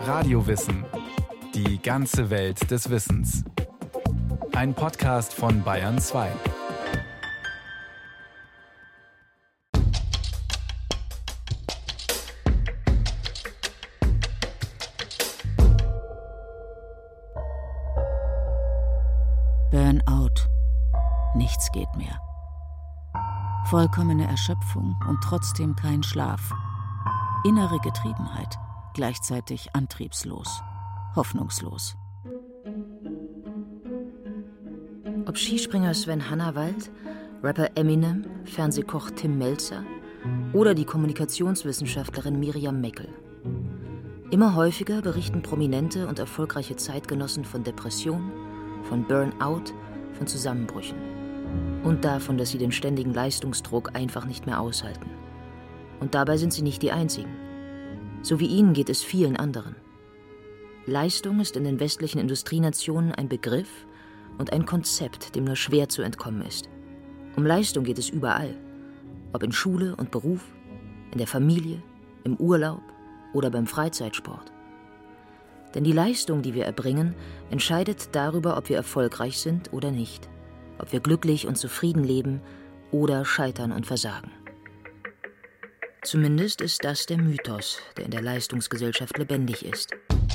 Radiowissen. Die ganze Welt des Wissens. Ein Podcast von Bayern 2. Burnout. Nichts geht mehr. Vollkommene Erschöpfung und trotzdem kein Schlaf. Innere Getriebenheit, gleichzeitig antriebslos, hoffnungslos. Ob Skispringer Sven Hannawald, Rapper Eminem, Fernsehkoch Tim Melzer oder die Kommunikationswissenschaftlerin Miriam Meckel. Immer häufiger berichten prominente und erfolgreiche Zeitgenossen von Depressionen, von Burnout, von Zusammenbrüchen. Und davon, dass sie den ständigen Leistungsdruck einfach nicht mehr aushalten. Und dabei sind sie nicht die Einzigen. So wie ihnen geht es vielen anderen. Leistung ist in den westlichen Industrienationen ein Begriff und ein Konzept, dem nur schwer zu entkommen ist. Um Leistung geht es überall. Ob in Schule und Beruf, in der Familie, im Urlaub oder beim Freizeitsport. Denn die Leistung, die wir erbringen, entscheidet darüber, ob wir erfolgreich sind oder nicht. Ob wir glücklich und zufrieden leben oder scheitern und versagen. Zumindest ist das der Mythos, der in der Leistungsgesellschaft lebendig ist.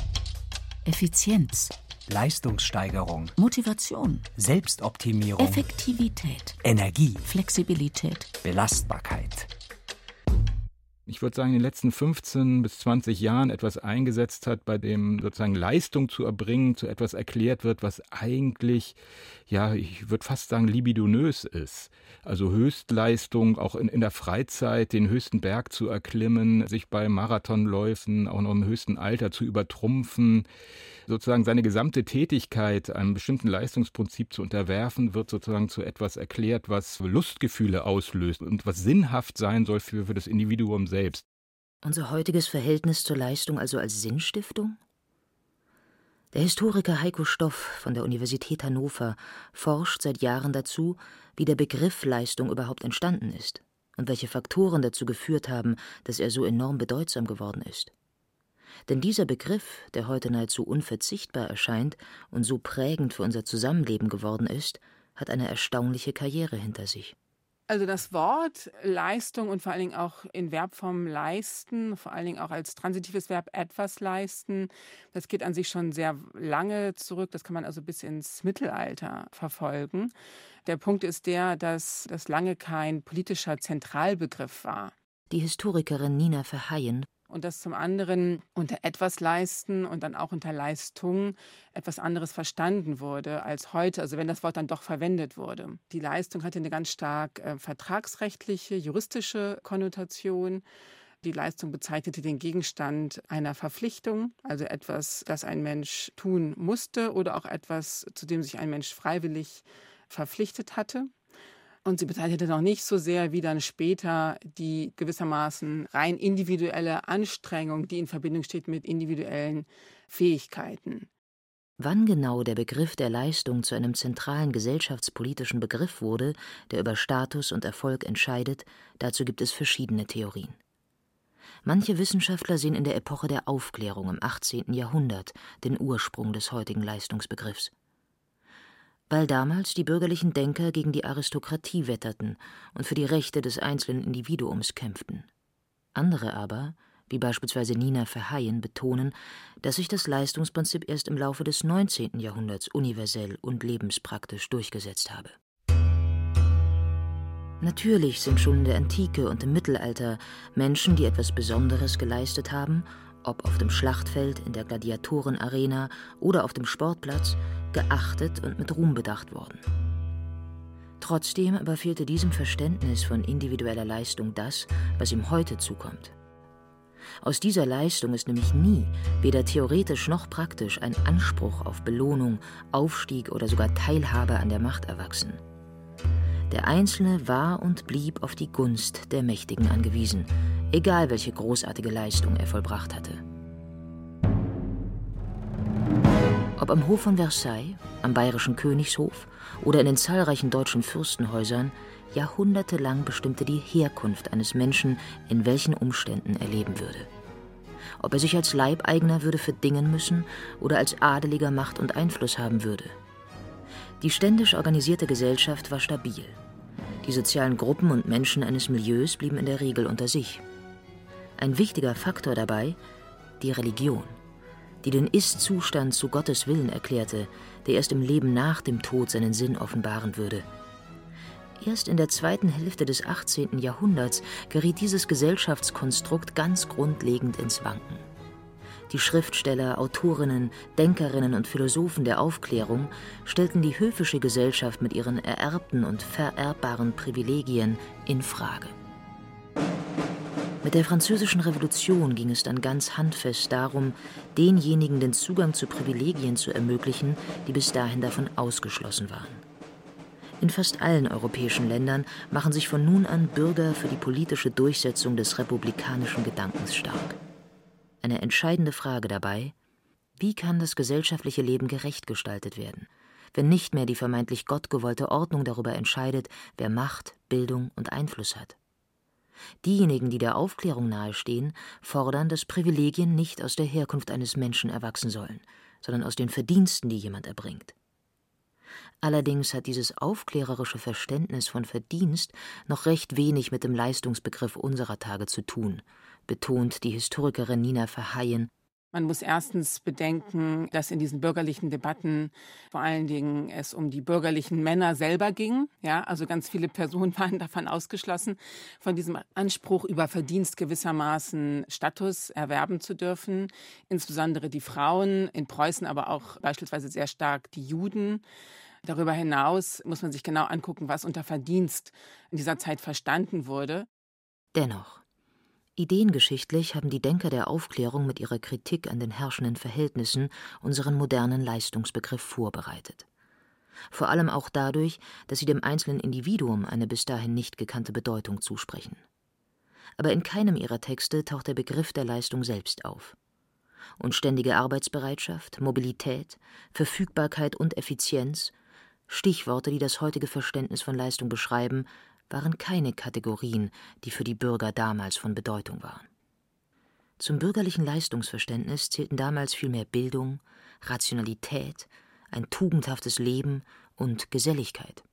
Effizienz, Leistungssteigerung, Motivation, Selbstoptimierung, Effektivität, Energie, Flexibilität, Belastbarkeit. Ich würde sagen, in den letzten 15 bis 20 Jahren etwas eingesetzt hat, bei dem sozusagen Leistung zu erbringen, zu etwas erklärt wird, was eigentlich, ja, ich würde fast sagen, libidinös ist. Also Höchstleistung, auch in der Freizeit, den höchsten Berg zu erklimmen, sich bei Marathonläufen auch noch im höchsten Alter zu übertrumpfen. Sozusagen seine gesamte Tätigkeit einem bestimmten Leistungsprinzip zu unterwerfen, wird sozusagen zu etwas erklärt, was Lustgefühle auslöst und was sinnhaft sein soll für das Individuum selbst. Unser heutiges Verhältnis zur Leistung also als Sinnstiftung? Der Historiker Heiko Stoff von der Universität Hannover forscht seit Jahren dazu, wie der Begriff Leistung überhaupt entstanden ist und welche Faktoren dazu geführt haben, dass er so enorm bedeutsam geworden ist. Denn dieser Begriff, der heute nahezu unverzichtbar erscheint und so prägend für unser Zusammenleben geworden ist, hat eine erstaunliche Karriere hinter sich. Also das Wort Leistung und vor allen Dingen auch in Verbform leisten, vor allen Dingen auch als transitives Verb etwas leisten, das geht an sich schon sehr lange zurück. Das kann man also bis ins Mittelalter verfolgen. Der Punkt ist der, dass das lange kein politischer Zentralbegriff war. Die Historikerin Nina Verheyen. Und dass zum anderen unter etwas leisten und dann auch unter Leistung etwas anderes verstanden wurde als heute, also wenn das Wort dann doch verwendet wurde. Die Leistung hatte eine ganz stark vertragsrechtliche, juristische Konnotation. Die Leistung bezeichnete den Gegenstand einer Verpflichtung, also etwas, das ein Mensch tun musste oder auch etwas, zu dem sich ein Mensch freiwillig verpflichtet hatte. Und sie bezeichnete noch nicht so sehr wie dann später die gewissermaßen rein individuelle Anstrengung, die in Verbindung steht mit individuellen Fähigkeiten. Wann genau der Begriff der Leistung zu einem zentralen gesellschaftspolitischen Begriff wurde, der über Status und Erfolg entscheidet, dazu gibt es verschiedene Theorien. Manche Wissenschaftler sehen in der Epoche der Aufklärung im 18. Jahrhundert den Ursprung des heutigen Leistungsbegriffs. Weil damals die bürgerlichen Denker gegen die Aristokratie wetterten und für die Rechte des einzelnen Individuums kämpften. Andere aber, wie beispielsweise Nina Verheyen, betonen, dass sich das Leistungsprinzip erst im Laufe des 19. Jahrhunderts universell und lebenspraktisch durchgesetzt habe. Natürlich sind schon in der Antike und im Mittelalter Menschen, die etwas Besonderes geleistet haben, ob auf dem Schlachtfeld, in der Gladiatorenarena oder auf dem Sportplatz, geachtet und mit Ruhm bedacht worden. Trotzdem aber fehlte diesem Verständnis von individueller Leistung das, was ihm heute zukommt. Aus dieser Leistung ist nämlich nie, weder theoretisch noch praktisch, ein Anspruch auf Belohnung, Aufstieg oder sogar Teilhabe an der Macht erwachsen. Der Einzelne war und blieb auf die Gunst der Mächtigen angewiesen, egal welche großartige Leistung er vollbracht hatte. Ob am Hof von Versailles, am bayerischen Königshof oder in den zahlreichen deutschen Fürstenhäusern, jahrhundertelang bestimmte die Herkunft eines Menschen, in welchen Umständen er leben würde. ob er sich als Leibeigner würde verdingen müssen oder als Adeliger Macht und Einfluss haben würde. Die ständisch organisierte Gesellschaft war stabil. Die sozialen Gruppen und Menschen eines Milieus blieben in der Regel unter sich. Ein wichtiger Faktor dabei: die Religion, die den Ist-Zustand zu Gottes Willen erklärte, der erst im Leben nach dem Tod seinen Sinn offenbaren würde. Erst in der zweiten Hälfte des 18. Jahrhunderts geriet dieses Gesellschaftskonstrukt ganz grundlegend ins Wanken. Die Schriftsteller, Autorinnen, Denkerinnen und Philosophen der Aufklärung stellten die höfische Gesellschaft mit ihren ererbten und vererbbaren Privilegien in Frage. Mit der Französischen Revolution ging es dann ganz handfest darum, denjenigen den Zugang zu Privilegien zu ermöglichen, die bis dahin davon ausgeschlossen waren. In fast allen europäischen Ländern machen sich von nun an Bürger für die politische Durchsetzung des republikanischen Gedankens stark. Eine entscheidende Frage dabei: Wie kann das gesellschaftliche Leben gerecht gestaltet werden, wenn nicht mehr die vermeintlich gottgewollte Ordnung darüber entscheidet, wer Macht, Bildung und Einfluss hat? Diejenigen, die der Aufklärung nahestehen, fordern, dass Privilegien nicht aus der Herkunft eines Menschen erwachsen sollen, sondern aus den Verdiensten, die jemand erbringt. Allerdings hat dieses aufklärerische Verständnis von Verdienst noch recht wenig mit dem Leistungsbegriff unserer Tage zu tun, betont die Historikerin Nina Verheyen. Man muss erstens bedenken, dass in diesen bürgerlichen Debatten vor allen Dingen es um die bürgerlichen Männer selber ging. Ja, also ganz viele Personen waren davon ausgeschlossen, von diesem Anspruch, über Verdienst gewissermaßen Status erwerben zu dürfen. Insbesondere die Frauen, in Preußen aber auch beispielsweise sehr stark die Juden. Darüber hinaus muss man sich genau angucken, was unter Verdienst in dieser Zeit verstanden wurde. Dennoch: Ideengeschichtlich haben die Denker der Aufklärung mit ihrer Kritik an den herrschenden Verhältnissen unseren modernen Leistungsbegriff vorbereitet. Vor allem auch dadurch, dass sie dem einzelnen Individuum eine bis dahin nicht gekannte Bedeutung zusprechen. Aber in keinem ihrer Texte taucht der Begriff der Leistung selbst auf. Und ständige Arbeitsbereitschaft, Mobilität, Verfügbarkeit und Effizienz, Stichworte, die das heutige Verständnis von Leistung beschreiben, waren keine Kategorien, die für die Bürger damals von Bedeutung waren. Zum bürgerlichen Leistungsverständnis zählten damals vielmehr Bildung, Rationalität, ein tugendhaftes Leben und Geselligkeit.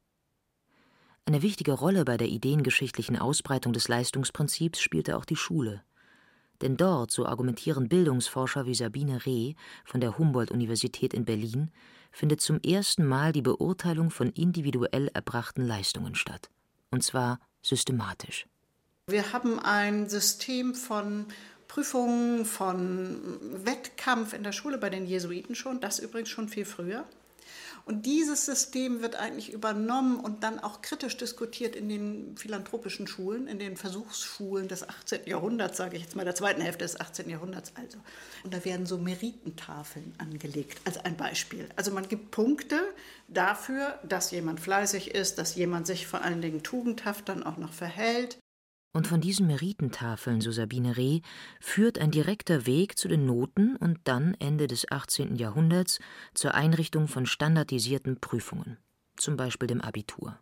Eine wichtige Rolle bei der ideengeschichtlichen Ausbreitung des Leistungsprinzips spielte auch die Schule. Denn dort, so argumentieren Bildungsforscher wie Sabine Reh von der Humboldt-Universität in Berlin, findet zum ersten Mal die Beurteilung von individuell erbrachten Leistungen statt. Und zwar systematisch. Wir haben ein System von Prüfungen, von Wettkampf in der Schule bei den Jesuiten schon, das übrigens schon viel früher. Und dieses System wird eigentlich übernommen und dann auch kritisch diskutiert in den philanthropischen Schulen, in den Versuchsschulen des 18. Jahrhunderts, sage ich jetzt mal, der zweiten Hälfte des 18. Jahrhunderts also. Und da werden so Meritentafeln angelegt, als ein Beispiel. Also man gibt Punkte dafür, dass jemand fleißig ist, dass jemand sich vor allen Dingen tugendhaft dann auch noch verhält. Und von diesen Meritentafeln, so Sabine Reh, führt ein direkter Weg zu den Noten und dann Ende des 18. Jahrhunderts zur Einrichtung von standardisierten Prüfungen, zum Beispiel dem Abitur.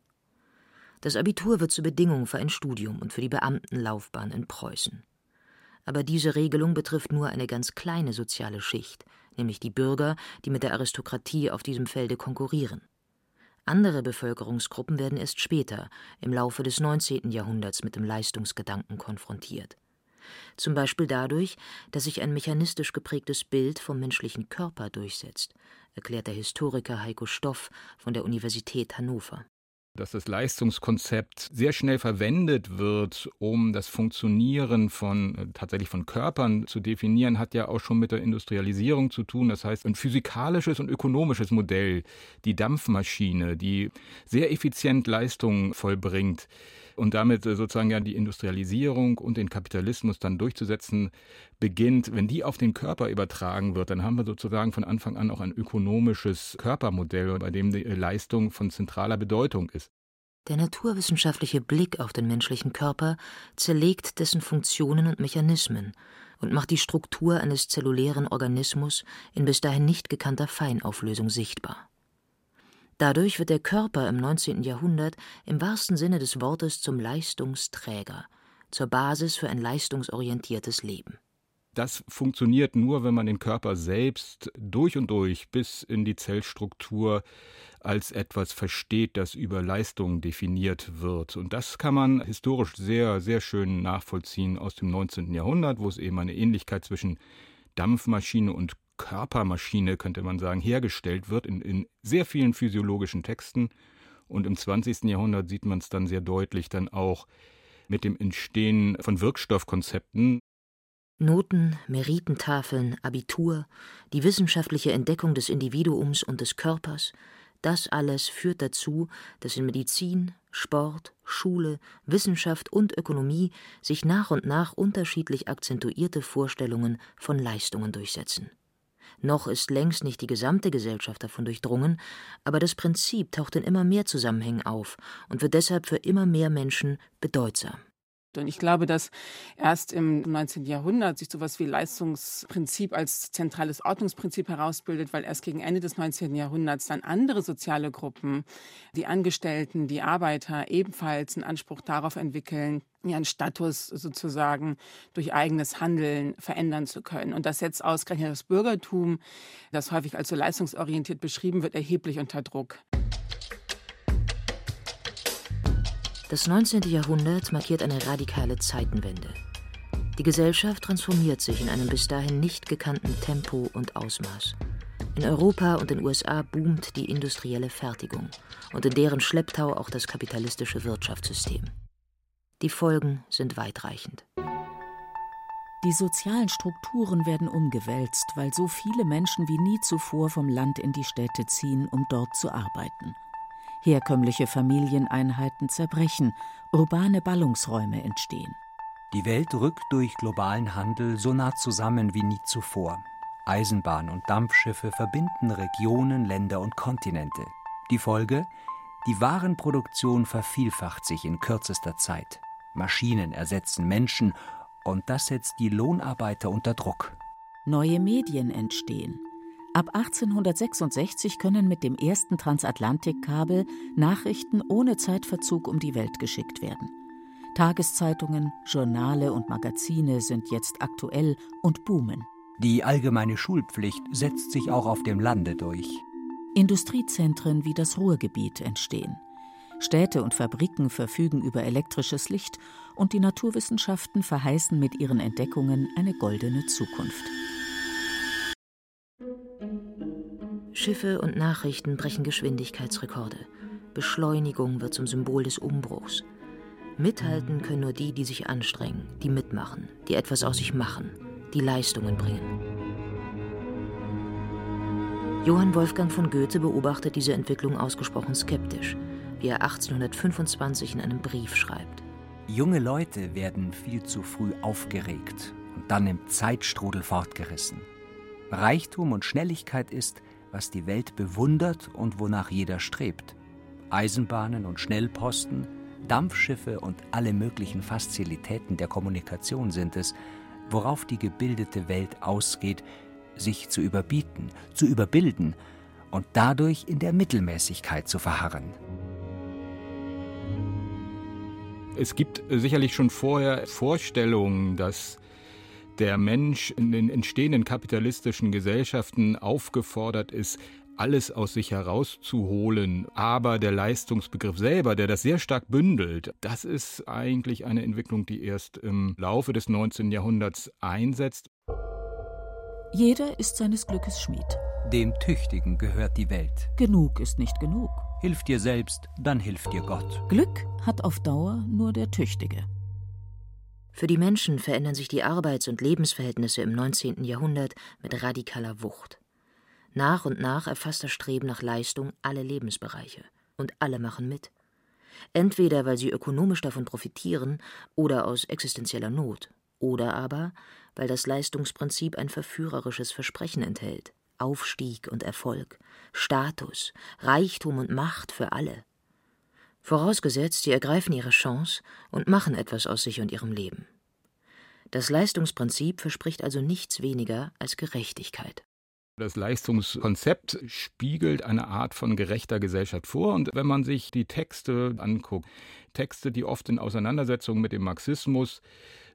Das Abitur wird zur Bedingung für ein Studium und für die Beamtenlaufbahn in Preußen. Aber diese Regelung betrifft nur eine ganz kleine soziale Schicht, nämlich die Bürger, die mit der Aristokratie auf diesem Felde konkurrieren. Andere Bevölkerungsgruppen werden erst später, im Laufe des 19. Jahrhunderts, mit dem Leistungsgedanken konfrontiert. Zum Beispiel dadurch, dass sich ein mechanistisch geprägtes Bild vom menschlichen Körper durchsetzt, erklärt der Historiker Heiko Stoff von der Universität Hannover. Dass das Leistungskonzept sehr schnell verwendet wird, um das Funktionieren tatsächlich von Körpern zu definieren, hat ja auch schon mit der Industrialisierung zu tun. Das heißt, ein physikalisches und ökonomisches Modell, die Dampfmaschine, die sehr effizient Leistung vollbringt und damit sozusagen ja die Industrialisierung und den Kapitalismus dann durchzusetzen beginnt. Wenn die auf den Körper übertragen wird, dann haben wir sozusagen von Anfang an auch ein ökonomisches Körpermodell, bei dem die Leistung von zentraler Bedeutung ist. Der naturwissenschaftliche Blick auf den menschlichen Körper zerlegt dessen Funktionen und Mechanismen und macht die Struktur eines zellulären Organismus in bis dahin nicht gekannter Feinauflösung sichtbar. Dadurch wird der Körper im 19. Jahrhundert im wahrsten Sinne des Wortes zum Leistungsträger, zur Basis für ein leistungsorientiertes Leben. das funktioniert nur, wenn man den Körper selbst durch und durch bis in die Zellstruktur als etwas versteht, das über Leistung definiert wird. Und das kann man historisch sehr, sehr schön nachvollziehen aus dem 19. Jahrhundert, wo es eben eine Ähnlichkeit zwischen Dampfmaschine und Körpermaschine, könnte man sagen, hergestellt wird in sehr vielen physiologischen Texten. Und im 20. Jahrhundert sieht man es dann sehr deutlich dann auch mit dem Entstehen von Wirkstoffkonzepten. Noten, Meritentafeln, Abitur, die wissenschaftliche Entdeckung des Individuums und des Körpers, das alles führt dazu, dass in Medizin, Sport, Schule, Wissenschaft und Ökonomie sich nach und nach unterschiedlich akzentuierte Vorstellungen von Leistungen durchsetzen. Noch ist längst nicht die gesamte Gesellschaft davon durchdrungen, aber das Prinzip taucht in immer mehr Zusammenhängen auf und wird deshalb für immer mehr Menschen bedeutsam. Und ich glaube, dass erst im 19. Jahrhundert sich sowas wie Leistungsprinzip als zentrales Ordnungsprinzip herausbildet, weil erst gegen Ende des 19. Jahrhunderts dann andere soziale Gruppen, die Angestellten, die Arbeiter, ebenfalls einen Anspruch darauf entwickeln, ihren Status sozusagen durch eigenes Handeln verändern zu können. Und das setzt ausgerechnet das Bürgertum, das häufig als so leistungsorientiert beschrieben wird, erheblich unter Druck. Das 19. Jahrhundert markiert eine radikale Zeitenwende. Die Gesellschaft transformiert sich in einem bis dahin nicht gekannten Tempo und Ausmaß. In Europa und den USA boomt die industrielle Fertigung und in deren Schlepptau auch das kapitalistische Wirtschaftssystem. Die Folgen sind weitreichend. Die sozialen Strukturen werden umgewälzt, weil so viele Menschen wie nie zuvor vom Land in die Städte ziehen, um dort zu arbeiten. Herkömmliche Familieneinheiten zerbrechen, urbane Ballungsräume entstehen. Die Welt rückt durch globalen Handel so nah zusammen wie nie zuvor. Eisenbahn und Dampfschiffe verbinden Regionen, Länder und Kontinente. Die Folge? Die Warenproduktion vervielfacht sich in kürzester Zeit. Maschinen ersetzen Menschen und das setzt die Lohnarbeiter unter Druck. Neue Medien entstehen. Ab 1866 können mit dem ersten Transatlantikkabel Nachrichten ohne Zeitverzug um die Welt geschickt werden. Tageszeitungen, Journale und Magazine sind jetzt aktuell und boomen. Die allgemeine Schulpflicht setzt sich auch auf dem Lande durch. Industriezentren wie das Ruhrgebiet entstehen. Städte und Fabriken verfügen über elektrisches Licht und die Naturwissenschaften verheißen mit ihren Entdeckungen eine goldene Zukunft. Schiffe und Nachrichten brechen Geschwindigkeitsrekorde. Beschleunigung wird zum Symbol des Umbruchs. Mithalten können nur die, die sich anstrengen, die mitmachen, die etwas aus sich machen, die Leistungen bringen. Johann Wolfgang von Goethe beobachtet diese Entwicklung ausgesprochen skeptisch, wie er 1825 in einem Brief schreibt. Junge Leute werden viel zu früh aufgeregt und dann im Zeitstrudel fortgerissen. Reichtum und Schnelligkeit ist, was die Welt bewundert und wonach jeder strebt. Eisenbahnen und Schnellposten, Dampfschiffe und alle möglichen Fazilitäten der Kommunikation sind es, worauf die gebildete Welt ausgeht, sich zu überbieten, zu überbilden und dadurch in der Mittelmäßigkeit zu verharren. Es gibt sicherlich schon vorher Vorstellungen, dass der Mensch in den entstehenden kapitalistischen Gesellschaften aufgefordert ist, alles aus sich herauszuholen. Aber der Leistungsbegriff selber, der das sehr stark bündelt, das ist eigentlich eine Entwicklung, die erst im Laufe des 19. Jahrhunderts einsetzt. Jeder ist seines Glückes Schmied. Dem Tüchtigen gehört die Welt. Genug ist nicht genug. Hilf dir selbst, dann hilft dir Gott. Glück hat auf Dauer nur der Tüchtige. Für die Menschen verändern sich die Arbeits- und Lebensverhältnisse im 19. Jahrhundert mit radikaler Wucht. Nach und nach erfasst das Streben nach Leistung alle Lebensbereiche. Und alle machen mit. Entweder weil sie ökonomisch davon profitieren oder aus existenzieller Not. Oder aber, weil das Leistungsprinzip ein verführerisches Versprechen enthält. Aufstieg und Erfolg, Status, Reichtum und Macht für alle. Vorausgesetzt, sie ergreifen ihre Chance und machen etwas aus sich und ihrem Leben. Das Leistungsprinzip verspricht also nichts weniger als Gerechtigkeit. Das Leistungskonzept spiegelt eine Art von gerechter Gesellschaft vor. Und wenn man sich die Texte anguckt, Texte, die oft in Auseinandersetzung mit dem Marxismus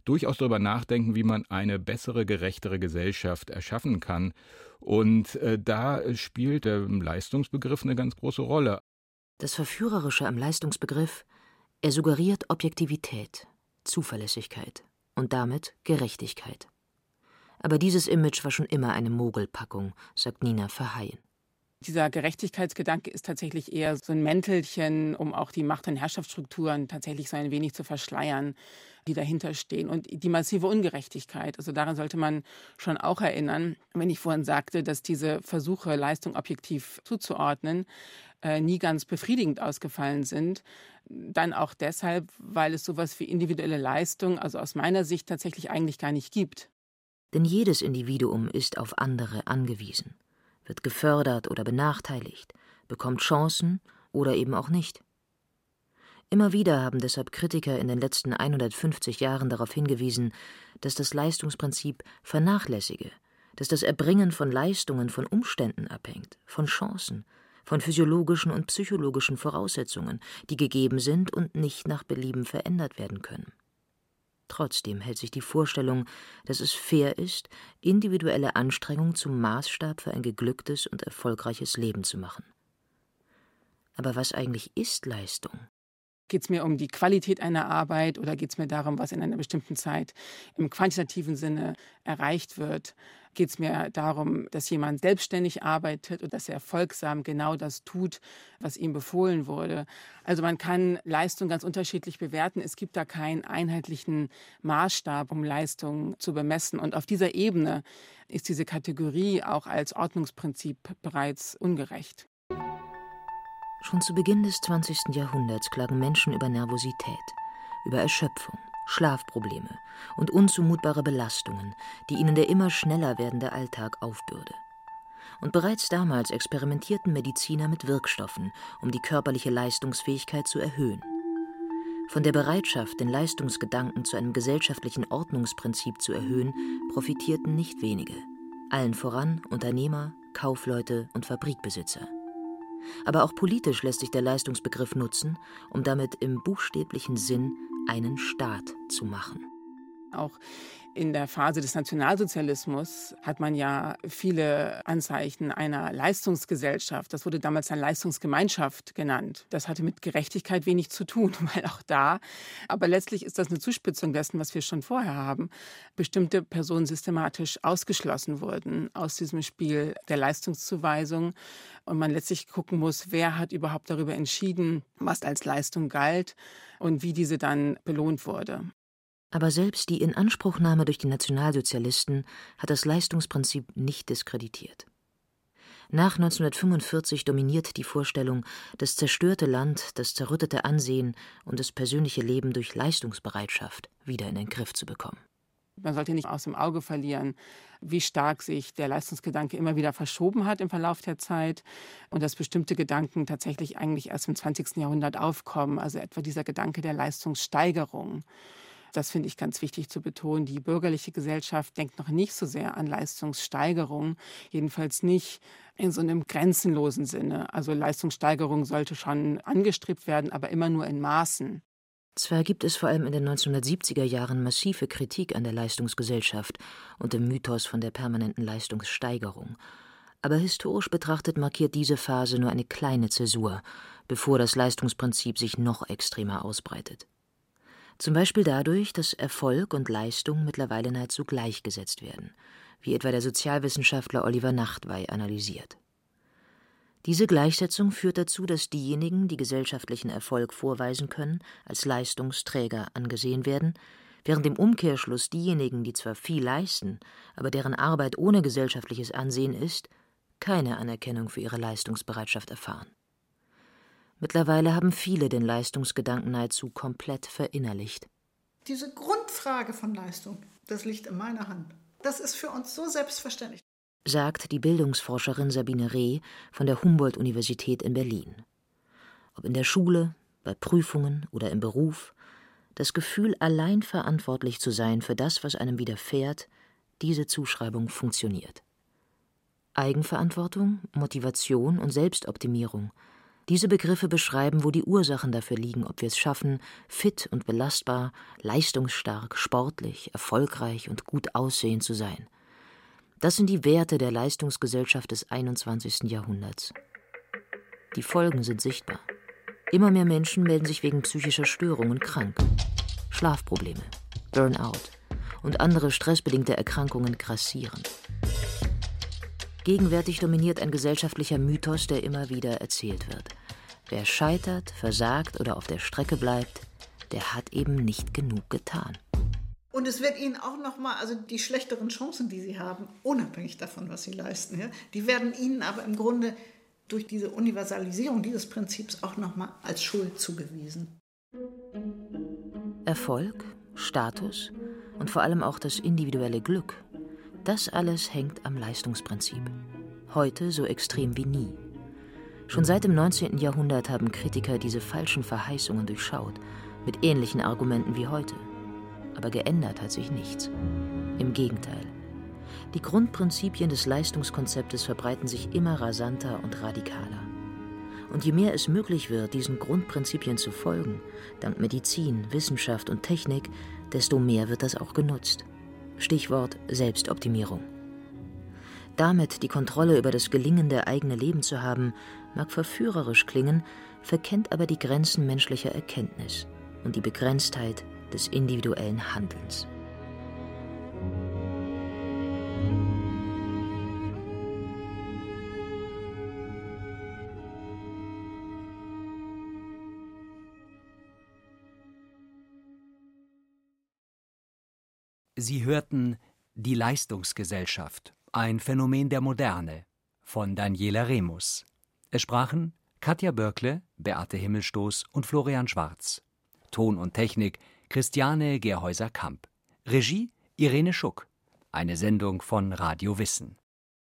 durchaus darüber nachdenken, wie man eine bessere, gerechtere Gesellschaft erschaffen kann. Und da spielt der Leistungsbegriff eine ganz große Rolle. Das Verführerische am Leistungsbegriff: er suggeriert Objektivität, Zuverlässigkeit und damit Gerechtigkeit. Aber dieses Image war schon immer eine Mogelpackung, sagt Nina Verheyen. Dieser Gerechtigkeitsgedanke ist tatsächlich eher so ein Mäntelchen, um auch die Macht- und Herrschaftsstrukturen tatsächlich so ein wenig zu verschleiern, die dahinter stehen. Und die massive Ungerechtigkeit, also daran sollte man schon auch erinnern, wenn ich vorhin sagte, dass diese Versuche, Leistung objektiv zuzuordnen, nie ganz befriedigend ausgefallen sind. Dann auch deshalb, weil es sowas wie individuelle Leistung, also aus meiner Sicht tatsächlich eigentlich gar nicht gibt. Denn jedes Individuum ist auf andere angewiesen, wird gefördert oder benachteiligt, bekommt Chancen oder eben auch nicht. Immer wieder haben deshalb Kritiker in den letzten 150 Jahren darauf hingewiesen, dass das Leistungsprinzip vernachlässige, dass das Erbringen von Leistungen von Umständen abhängt, von Chancen, von physiologischen und psychologischen Voraussetzungen, die gegeben sind und nicht nach Belieben verändert werden können. Trotzdem hält sich die Vorstellung, dass es fair ist, individuelle Anstrengung zum Maßstab für ein geglücktes und erfolgreiches Leben zu machen. Aber was eigentlich ist Leistung? Geht es mir um die Qualität einer Arbeit oder geht es mir darum, was in einer bestimmten Zeit im quantitativen Sinne erreicht wird? Geht es mir darum, dass jemand selbstständig arbeitet und dass er folgsam genau das tut, was ihm befohlen wurde? Also man kann Leistung ganz unterschiedlich bewerten. Es gibt da keinen einheitlichen Maßstab, um Leistung zu bemessen. Und auf dieser Ebene ist diese Kategorie auch als Ordnungsprinzip bereits ungerecht. Schon zu Beginn des 20. Jahrhunderts klagen Menschen über Nervosität, über Erschöpfung, Schlafprobleme und unzumutbare Belastungen, die ihnen der immer schneller werdende Alltag aufbürde. Und bereits damals experimentierten Mediziner mit Wirkstoffen, um die körperliche Leistungsfähigkeit zu erhöhen. Von der Bereitschaft, den Leistungsgedanken zu einem gesellschaftlichen Ordnungsprinzip zu erhöhen, profitierten nicht wenige, allen voran Unternehmer, Kaufleute und Fabrikbesitzer. Aber auch politisch lässt sich der Leistungsbegriff nutzen, um damit im buchstäblichen Sinn einen Staat zu machen. Auch in der Phase des Nationalsozialismus hat man ja viele Anzeichen einer Leistungsgesellschaft. Das wurde damals dann Leistungsgemeinschaft genannt. Das hatte mit Gerechtigkeit wenig zu tun, weil auch da, aber letztlich ist das eine Zuspitzung dessen, was wir schon vorher haben, bestimmte Personen systematisch ausgeschlossen wurden aus diesem Spiel der Leistungszuweisung und man letztlich gucken muss, wer hat überhaupt darüber entschieden, was als Leistung galt und wie diese dann belohnt wurde. Aber selbst die Inanspruchnahme durch die Nationalsozialisten hat das Leistungsprinzip nicht diskreditiert. Nach 1945 dominiert die Vorstellung, das zerstörte Land, das zerrüttete Ansehen und das persönliche Leben durch Leistungsbereitschaft wieder in den Griff zu bekommen. Man sollte nicht aus dem Auge verlieren, wie stark sich der Leistungsgedanke immer wieder verschoben hat im Verlauf der Zeit und dass bestimmte Gedanken tatsächlich eigentlich erst im 20. Jahrhundert aufkommen, also etwa dieser Gedanke der Leistungssteigerung. Das finde ich ganz wichtig zu betonen. Die bürgerliche Gesellschaft denkt noch nicht so sehr an Leistungssteigerung, jedenfalls nicht in so einem grenzenlosen Sinne. Also Leistungssteigerung sollte schon angestrebt werden, aber immer nur in Maßen. Zwar gibt es vor allem in den 1970er Jahren massive Kritik an der Leistungsgesellschaft und dem Mythos von der permanenten Leistungssteigerung. Aber historisch betrachtet markiert diese Phase nur eine kleine Zäsur, bevor das Leistungsprinzip sich noch extremer ausbreitet. Zum Beispiel dadurch, dass Erfolg und Leistung mittlerweile nahezu gleichgesetzt werden, wie etwa der Sozialwissenschaftler Oliver Nachtwey analysiert. Diese Gleichsetzung führt dazu, dass diejenigen, die gesellschaftlichen Erfolg vorweisen können, als Leistungsträger angesehen werden, während im Umkehrschluss diejenigen, die zwar viel leisten, aber deren Arbeit ohne gesellschaftliches Ansehen ist, keine Anerkennung für ihre Leistungsbereitschaft erfahren. Mittlerweile haben viele den Leistungsgedanken nahezu komplett verinnerlicht. Diese Grundfrage von Leistung, das liegt in meiner Hand. Das ist für uns so selbstverständlich, sagt die Bildungsforscherin Sabine Reh von der Humboldt-Universität in Berlin. Ob in der Schule, bei Prüfungen oder im Beruf, das Gefühl, allein verantwortlich zu sein für das, was einem widerfährt, diese Zuschreibung funktioniert. Eigenverantwortung, Motivation und Selbstoptimierung, Diese Begriffe beschreiben, wo die Ursachen dafür liegen, ob wir es schaffen, fit und belastbar, leistungsstark, sportlich, erfolgreich und gut aussehend zu sein. Das sind die Werte der Leistungsgesellschaft des 21. Jahrhunderts. Die Folgen sind sichtbar. Immer mehr Menschen melden sich wegen psychischer Störungen krank. Schlafprobleme, Burnout und andere stressbedingte Erkrankungen grassieren. Gegenwärtig dominiert ein gesellschaftlicher Mythos, der immer wieder erzählt wird. Wer scheitert, versagt oder auf der Strecke bleibt, der hat eben nicht genug getan. Und es wird ihnen auch nochmal, also die schlechteren Chancen, die sie haben, unabhängig davon, was sie leisten, ja, die werden ihnen aber im Grunde durch diese Universalisierung dieses Prinzips auch nochmal als Schuld zugewiesen. Erfolg, Status und vor allem auch das individuelle Glück, das alles hängt am Leistungsprinzip. Heute so extrem wie nie. Schon seit dem 19. Jahrhundert haben Kritiker diese falschen Verheißungen durchschaut, mit ähnlichen Argumenten wie heute. Aber geändert hat sich nichts. Im Gegenteil. Die Grundprinzipien des Leistungskonzeptes verbreiten sich immer rasanter und radikaler. Und je mehr es möglich wird, diesen Grundprinzipien zu folgen, dank Medizin, Wissenschaft und Technik, desto mehr wird das auch genutzt. Stichwort Selbstoptimierung. Damit die Kontrolle über das gelingende eigene Leben zu haben, mag verführerisch klingen, verkennt aber die Grenzen menschlicher Erkenntnis und die Begrenztheit des individuellen Handelns. Sie hörten Die Leistungsgesellschaft, ein Phänomen der Moderne von Daniela Remus. Es sprachen Katja Börkle, Beate Himmelstoß und Florian Schwarz. Ton und Technik Christiane Gerhäuser-Kamp. Regie Irene Schuck. Eine Sendung von Radio Wissen.